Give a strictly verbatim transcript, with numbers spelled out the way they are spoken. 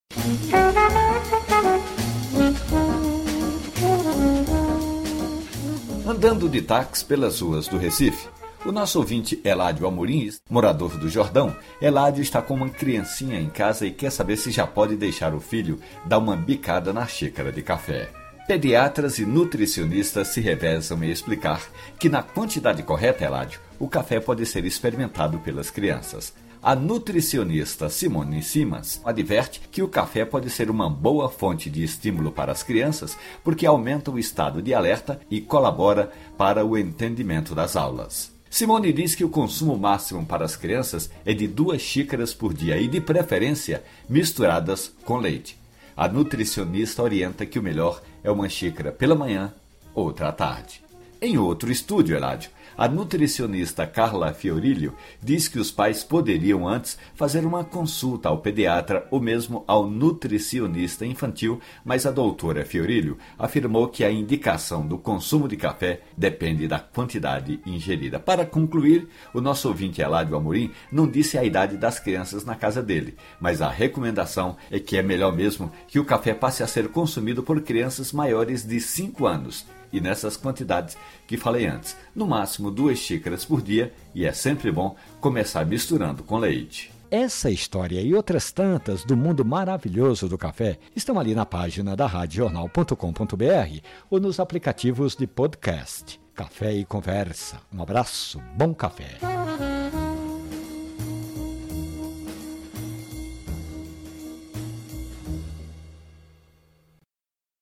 Andando de táxi pelas ruas do Recife, o nosso ouvinte Eládio Amorim, morador do Jordão, Eládio está com uma criancinha em casa e quer saber se já pode deixar o filho dar uma bicada na xícara de café. Pediatras e nutricionistas se revezam em explicar que na quantidade correta, Eládio, o café pode ser experimentado pelas crianças. A nutricionista Simone Simas adverte que o café pode ser uma boa fonte de estímulo para as crianças porque aumenta o estado de alerta e colabora para o entendimento das aulas. Simone diz que o consumo máximo para as crianças é de duas xícaras por dia e, de preferência, misturadas com leite. A nutricionista orienta que o melhor é uma xícara pela manhã, outra à tarde. Em outro estúdio, Eládio, a nutricionista Carla Fiorilho diz que os pais poderiam antes fazer uma consulta ao pediatra ou mesmo ao nutricionista infantil, mas a doutora Fiorilho afirmou que a indicação do consumo de café depende da quantidade ingerida. Para concluir, o nosso ouvinte Eládio Amorim não disse a idade das crianças na casa dele, mas a recomendação é que é melhor mesmo que o café passe a ser consumido por crianças maiores de cinco anos. E nessas quantidades que falei antes, no máximo duas xícaras por dia, e é sempre bom começar misturando com leite. Essa história e outras tantas do mundo maravilhoso do café estão ali na página da rádio jornal ponto com ponto b r ou nos aplicativos de podcast. Café e Conversa. Um abraço, bom café.